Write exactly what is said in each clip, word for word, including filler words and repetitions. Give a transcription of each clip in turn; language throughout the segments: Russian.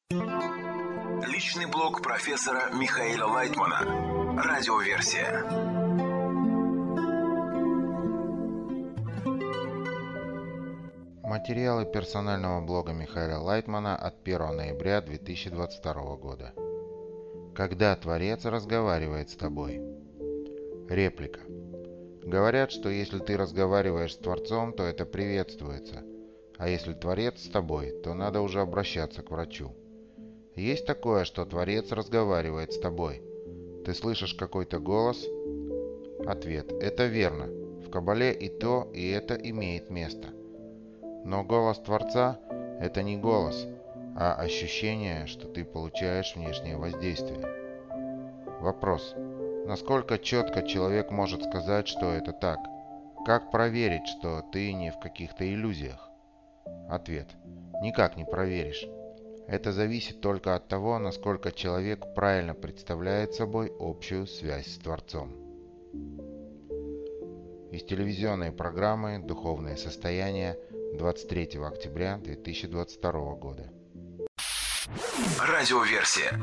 Личный блог профессора Михаила Лайтмана. Радиоверсия. Материалы персонального блога Михаила Лайтмана от первого ноября две тысячи двадцать второго года. Когда Творец разговаривает с тобой. Реплика. Говорят, что если ты разговариваешь с Творцом, то это приветствуется, а если Творец с тобой, то надо уже обращаться к врачу. Есть такое, что Творец разговаривает с тобой. Ты слышишь какой-то голос? Ответ. Это верно. В Кабале и то, и это имеет место. Но голос Творца – это не голос, а ощущение, что ты получаешь внешнее воздействие. Вопрос. Насколько четко человек может сказать, что это так? Как проверить, что ты не в каких-то иллюзиях? Ответ. Никак не проверишь. Это зависит только от того, насколько человек правильно представляет собой общую связь с Творцом. Из телевизионной программы «Духовное состояние» двадцать третьего октября две тысячи двадцать второго года. Радиоверсия.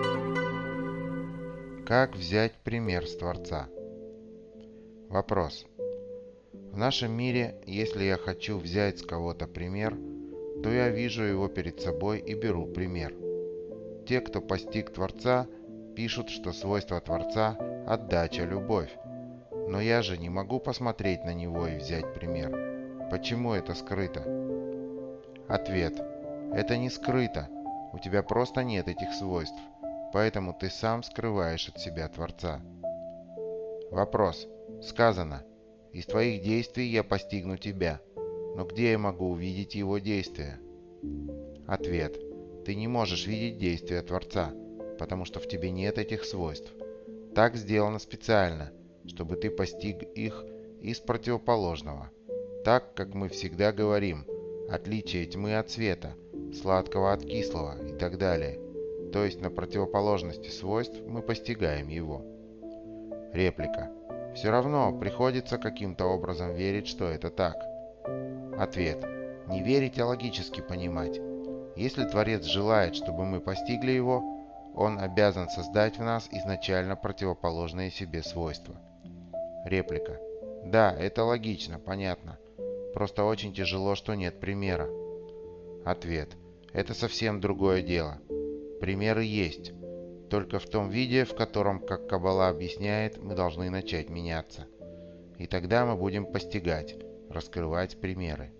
Как взять пример с Творца? Вопрос. В нашем мире, если я хочу взять с кого-то пример, то я вижу его перед собой и беру пример. Те, кто постиг Творца, пишут, что свойство Творца – отдача, любовь. Но я же не могу посмотреть на него и взять пример. Почему это скрыто? Ответ. Это не скрыто. У тебя просто нет этих свойств. Поэтому ты сам скрываешь от себя Творца. Вопрос. Сказано. Из твоих действий я постигну тебя. Но где я могу увидеть его действия? Ответ. Ты не можешь видеть действия Творца, потому что в тебе нет этих свойств. Так сделано специально, чтобы ты постиг их из противоположного. Так, как мы всегда говорим, отличие тьмы от света, сладкого от кислого и так далее. То есть на противоположности свойств мы постигаем его. Реплика. Все равно приходится каким-то образом верить, что это так. Ответ. Не верить, а логически понимать. Если Творец желает, чтобы мы постигли его, он обязан создать в нас изначально противоположные себе свойства. Реплика. Да, это логично, понятно. Просто очень тяжело, что нет примера. Ответ. Это совсем другое дело. Примеры есть. Только в том виде, в котором, как Каббала объясняет, мы должны начать меняться. И тогда мы будем постигать, раскрывать примеры.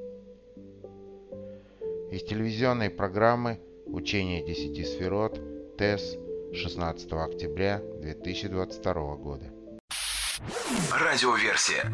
Из телевизионной программы «Учение десяти сферот» ТЭС шестнадцатого октября две тысячи двадцать второго года. Радиоверсия.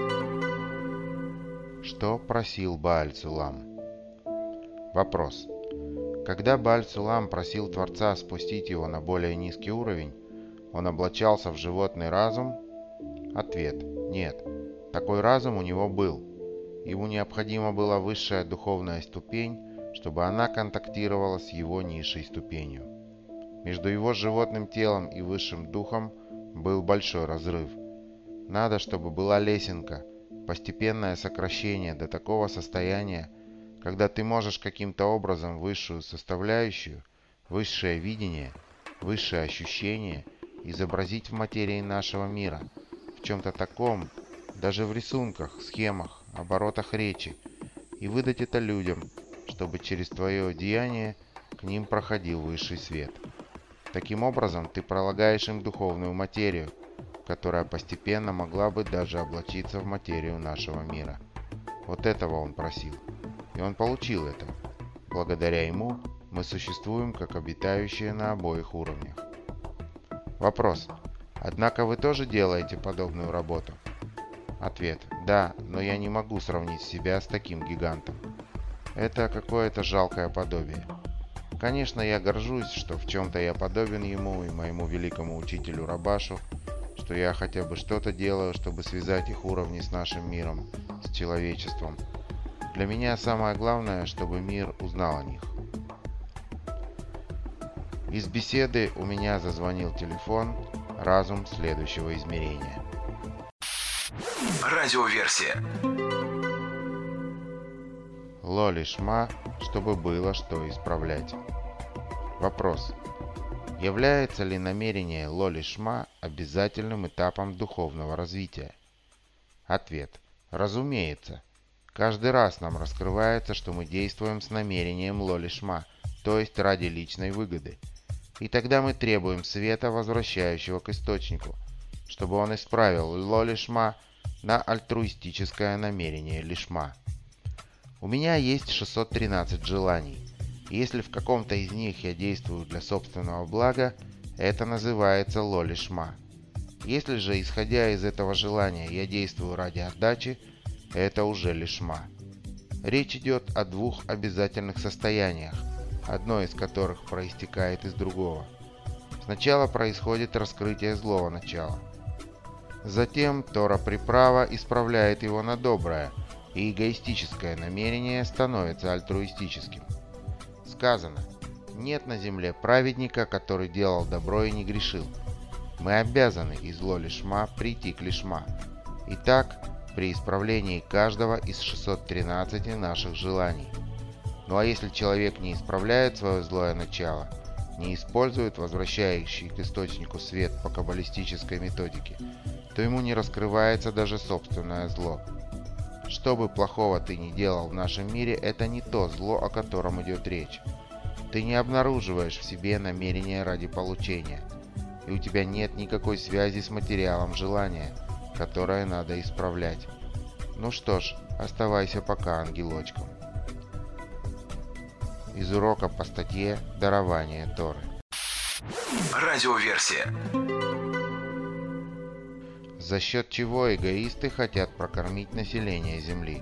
Что просил Бааль-Цулам? Вопрос. Когда Бааль-Цулам просил Творца спустить его на более низкий уровень, он облачался в животный разум? Ответ. Нет. Такой разум у него был. Ему необходима была высшая духовная ступень, чтобы она контактировала с его низшей ступенью. Между его животным телом и высшим духом был большой разрыв. Надо, чтобы была лесенка, постепенное сокращение до такого состояния, когда ты можешь каким-то образом высшую составляющую, высшее видение, высшее ощущение изобразить в материи нашего мира, в чем-то таком, даже в рисунках, схемах, оборотах речи, и выдать это людям, чтобы через твое деяние к ним проходил высший свет. Таким образом, ты пролагаешь им духовную материю, которая постепенно могла бы даже облачиться в материю нашего мира. Вот этого он просил. И он получил это. Благодаря ему мы существуем как обитающие на обоих уровнях. Вопрос. Однако вы тоже делаете подобную работу? Ответ. Да, но я не могу сравнить себя с таким гигантом. Это какое-то жалкое подобие. Конечно, я горжусь, что в чем-то я подобен ему и моему великому учителю Рабашу, что я хотя бы что-то делаю, чтобы связать их уровни с нашим миром, с человечеством. Для меня самое главное, чтобы мир узнал о них. Из беседы у меня зазвонил телефон, разум следующего измерения. Радиоверсия. Лоли Шма, чтобы было что исправлять. Вопрос. Является ли намерение ло-лишма обязательным этапом духовного развития? Ответ. Разумеется. Каждый раз нам раскрывается, что мы действуем с намерением ло-лишма, то есть ради личной выгоды. И тогда мы требуем света, возвращающего к источнику, чтобы он исправил ло-лишма на альтруистическое намерение лишма. У меня есть шестьсот тринадцать желаний. И если в каком-то из них я действую для собственного блага, это называется ло-лишма. Если же, исходя из этого желания, я действую ради отдачи, это уже лишма. Речь идет о двух обязательных состояниях, одно из которых проистекает из другого. Сначала происходит раскрытие злого начала. Затем Тора-приправа исправляет его на доброе, и эгоистическое намерение становится альтруистическим. Сказано: нет на земле праведника, который делал добро и не грешил. Мы обязаны из ло-лишма прийти к лишма. Итак, при исправлении каждого из шестисот тринадцати наших желаний. Ну а если человек не исправляет свое злое начало, не использует возвращающий к источнику свет по каббалистической методике, то ему не раскрывается даже собственное зло. Что бы плохого ты ни делал в нашем мире, это не то зло, о котором идет речь. Ты не обнаруживаешь в себе намерения ради получения, и у тебя нет никакой связи с материалом желания, которое надо исправлять. Ну что ж, оставайся пока ангелочком. Из урока по статье «Дарование Торы». Радиоверсия. За счет чего эгоисты хотят прокормить население Земли?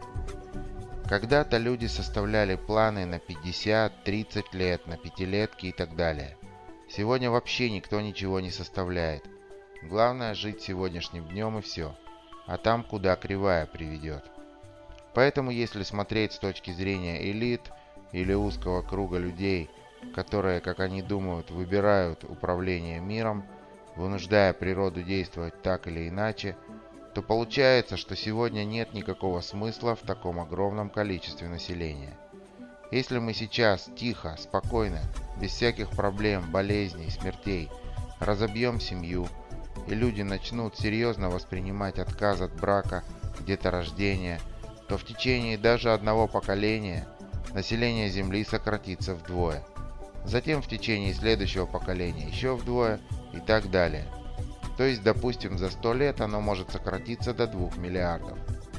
Когда-то люди составляли планы на пятьдесят-тридцать лет, на пятилетки и так далее. Сегодня вообще никто ничего не составляет. Главное жить сегодняшним днем и все. А там куда кривая приведет. Поэтому если смотреть с точки зрения элит или узкого круга людей, которые, как они думают, выбирают управление миром, вынуждая природу действовать так или иначе, то получается, что сегодня нет никакого смысла в таком огромном количестве населения. Если мы сейчас тихо, спокойно, без всяких проблем, болезней, смертей, разобьем семью, и люди начнут серьезно воспринимать отказ от брака, деторождения, то в течение даже одного поколения население Земли сократится вдвое. Затем в течение следующего поколения еще вдвое и так далее. То есть, допустим, за сто лет оно может сократиться до двух миллиардов.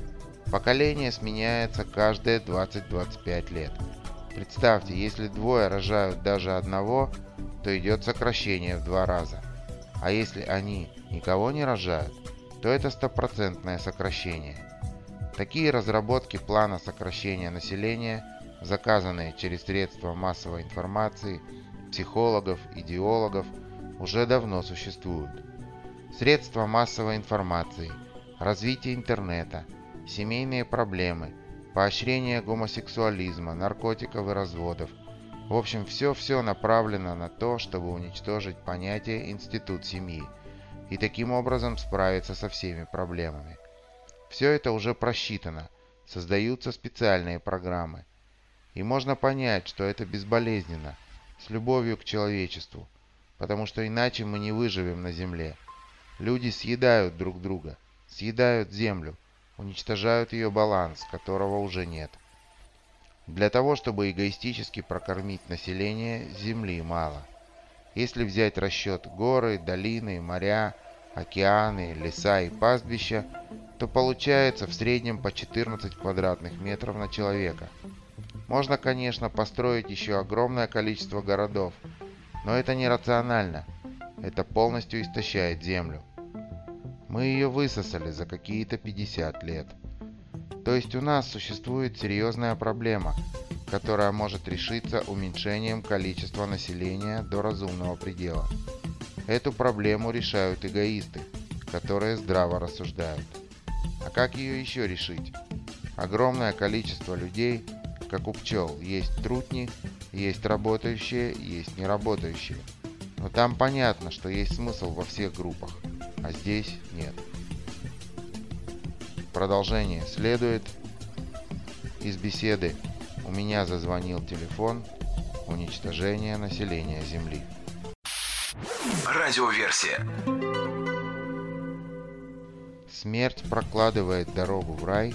Поколение сменяется каждые двадцать-двадцать пять лет. Представьте, если двое рожают даже одного, то идет сокращение в два раза. А если они никого не рожают, то это стопроцентное сокращение. Такие разработки плана сокращения населения, заказанные через средства массовой информации, психологов, идеологов, уже давно существуют. Средства массовой информации, развитие интернета, семейные проблемы, поощрение гомосексуализма, наркотиков и разводов. В общем, все-все направлено на то, чтобы уничтожить понятие «институт семьи» и таким образом справиться со всеми проблемами. Все это уже просчитано, создаются специальные программы. И можно понять, что это безболезненно, с любовью к человечеству, потому что иначе мы не выживем на Земле. Люди съедают друг друга, съедают Землю, уничтожают ее баланс, которого уже нет. Для того, чтобы эгоистически прокормить население, Земли мало. Если взять в расчет горы, долины, моря, океаны, леса и пастбища, то получается в среднем по четырнадцать квадратных метров на человека. Можно, конечно, построить еще огромное количество городов, но это нерационально. Это полностью истощает Землю. Мы ее высосали за какие-то пятьдесят лет. То есть у нас существует серьезная проблема, которая может решиться уменьшением количества населения до разумного предела. Эту проблему решают эгоисты, которые здраво рассуждают. А как ее еще решить? Огромное количество людей, как у пчел, есть трутни, есть работающие, есть неработающие. Но там понятно, что есть смысл во всех группах, а здесь нет. Продолжение следует. Из беседы «У меня зазвонил телефон», уничтожения населения Земли. Радиоверсия. Смерть прокладывает дорогу в рай.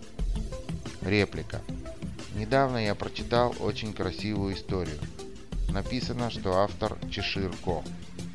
Реплика. Недавно я прочитал очень красивую историю. Написано, что автор Чешир Ко.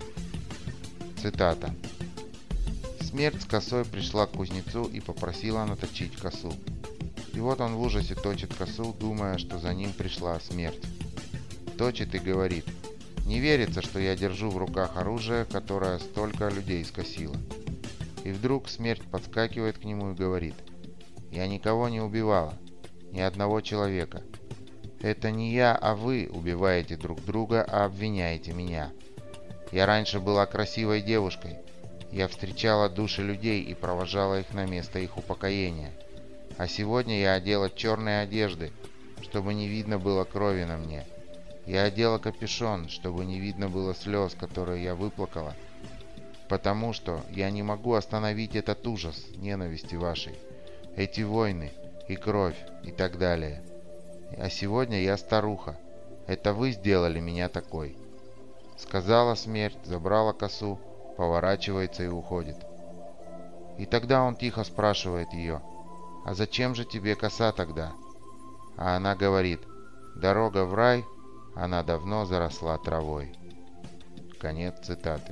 Цитата. Смерть с косой пришла к кузнецу и попросила наточить косу. И вот он в ужасе точит косу, думая, что за ним пришла смерть. Точит и говорит: «Не верится, что я держу в руках оружие, которое столько людей скосило». И вдруг смерть подскакивает к нему и говорит: «Я никого не убивала, ни одного человека. Это не я, а вы убиваете друг друга, а обвиняете меня. Я раньше была красивой девушкой. Я встречала души людей и провожала их на место их упокоения. А сегодня я одела черные одежды, чтобы не видно было крови на мне. Я одела капюшон, чтобы не видно было слез, которые я выплакала. Потому что я не могу остановить этот ужас ненависти вашей, эти войны и кровь и так далее. А сегодня я старуха. Это вы сделали меня такой». Сказала смерть, забрала косу, поворачивается и уходит. И тогда он тихо спрашивает ее: «А зачем же тебе коса тогда?» А она говорит: «Дорога в рай, она давно заросла травой». Конец цитаты.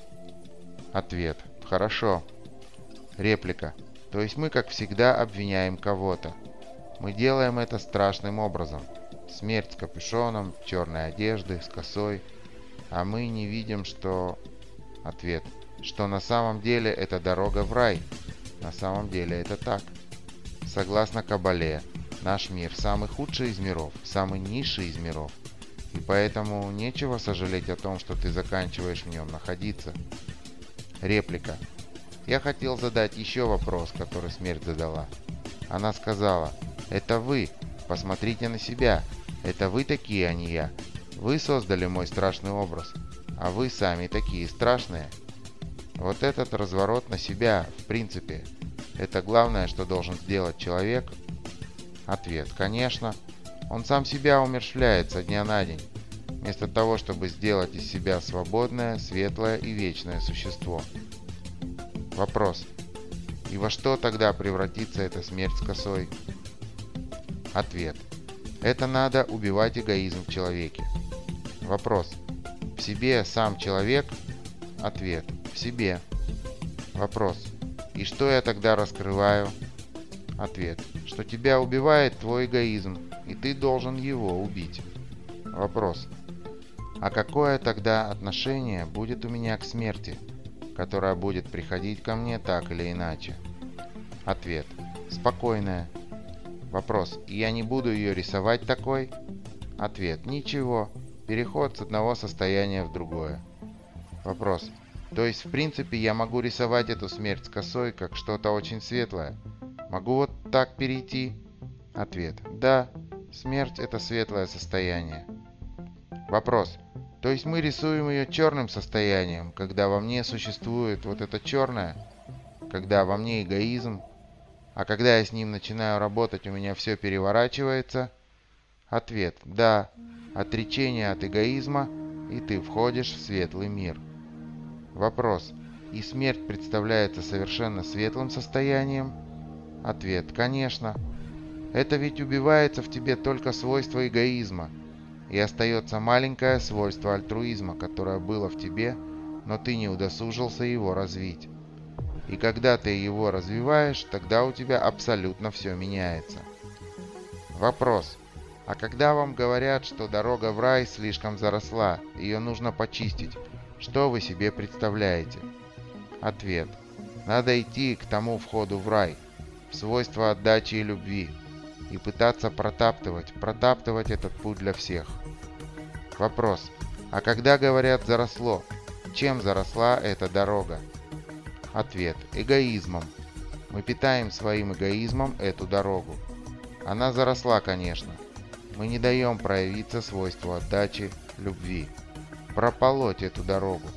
Ответ. Хорошо. Реплика. То есть мы, как всегда, обвиняем кого-то. Мы делаем это страшным образом. Смерть с капюшоном, черной одежды, с косой. А мы не видим, что... Ответ. Что на самом деле это дорога в рай. На самом деле это так. Согласно Кабале, наш мир самый худший из миров, самый низший из миров. И поэтому нечего сожалеть о том, что ты заканчиваешь в нем находиться. Реплика. Я хотел задать еще вопрос, который смерть задала. Она сказала: «Это вы. Посмотрите на себя. Это вы такие, а не я. Вы создали мой страшный образ. А вы сами такие страшные». Вот этот разворот на себя, в принципе, это главное, что должен сделать человек. Ответ. Конечно. Он сам себя умерщвляет со дня на день, вместо того, чтобы сделать из себя свободное, светлое и вечное существо. Вопрос. И во что тогда превратится эта смерть с косой? Ответ. Это надо убивать эгоизм в человеке. Вопрос. В себе сам человек? Ответ. В себе. Вопрос. И что я тогда раскрываю? Ответ. Что тебя убивает твой эгоизм, и ты должен его убить. Вопрос. А какое тогда отношение будет у меня к смерти, которая будет приходить ко мне так или иначе? Ответ. Спокойное. Вопрос. И я не буду ее рисовать такой? Ответ. Ничего. Переход с одного состояния в другое. Вопрос. То есть, в принципе, я могу рисовать эту смерть с косой как что-то очень светлое? Могу вот так перейти? Ответ. Да. Смерть — это светлое состояние. Вопрос. То есть мы рисуем ее черным состоянием, когда во мне существует вот это черное, когда во мне эгоизм, а когда я с ним начинаю работать, у меня все переворачивается? Ответ. Да. Отречение от эгоизма, и ты входишь в светлый мир. Вопрос. И смерть представляется совершенно светлым состоянием? Ответ. Конечно. Это ведь убивается в тебе только свойство эгоизма, и остается маленькое свойство альтруизма, которое было в тебе, но ты не удосужился его развить. И когда ты его развиваешь, тогда у тебя абсолютно все меняется. Вопрос. А когда вам говорят, что дорога в рай слишком заросла, ее нужно почистить, что вы себе представляете? Ответ. Надо идти к тому входу в рай, в свойство отдачи и любви, и пытаться протаптывать, протаптывать этот путь для всех. Вопрос. А когда говорят «заросло», чем заросла эта дорога? Ответ. Эгоизмом. Мы питаем своим эгоизмом эту дорогу. Она заросла, конечно. Мы не даем проявиться свойству отдачи, любви. Прополоть эту дорогу.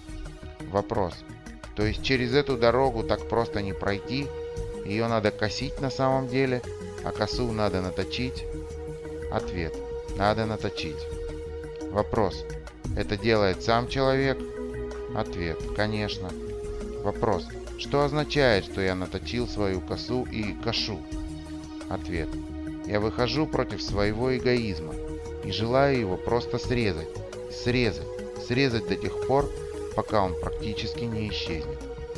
Вопрос. То есть через эту дорогу так просто не пройти? Ее надо косить на самом деле, а косу надо наточить? Ответ. Надо наточить. Вопрос. Это делает сам человек? Ответ. Конечно. Вопрос. Что означает, что я наточил свою косу и кошу? Ответ. Я выхожу против своего эгоизма и желаю его просто срезать, срезать, срезать до тех пор, пока он практически не исчезнет.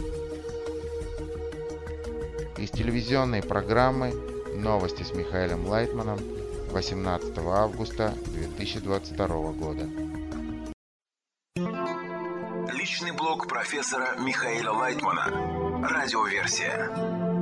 Из телевизионной программы «Новости с Михаилом Лайтманом» восемнадцатого августа две тысячи двадцать второго года. Личный блог профессора Михаила Лайтмана. Радиоверсия.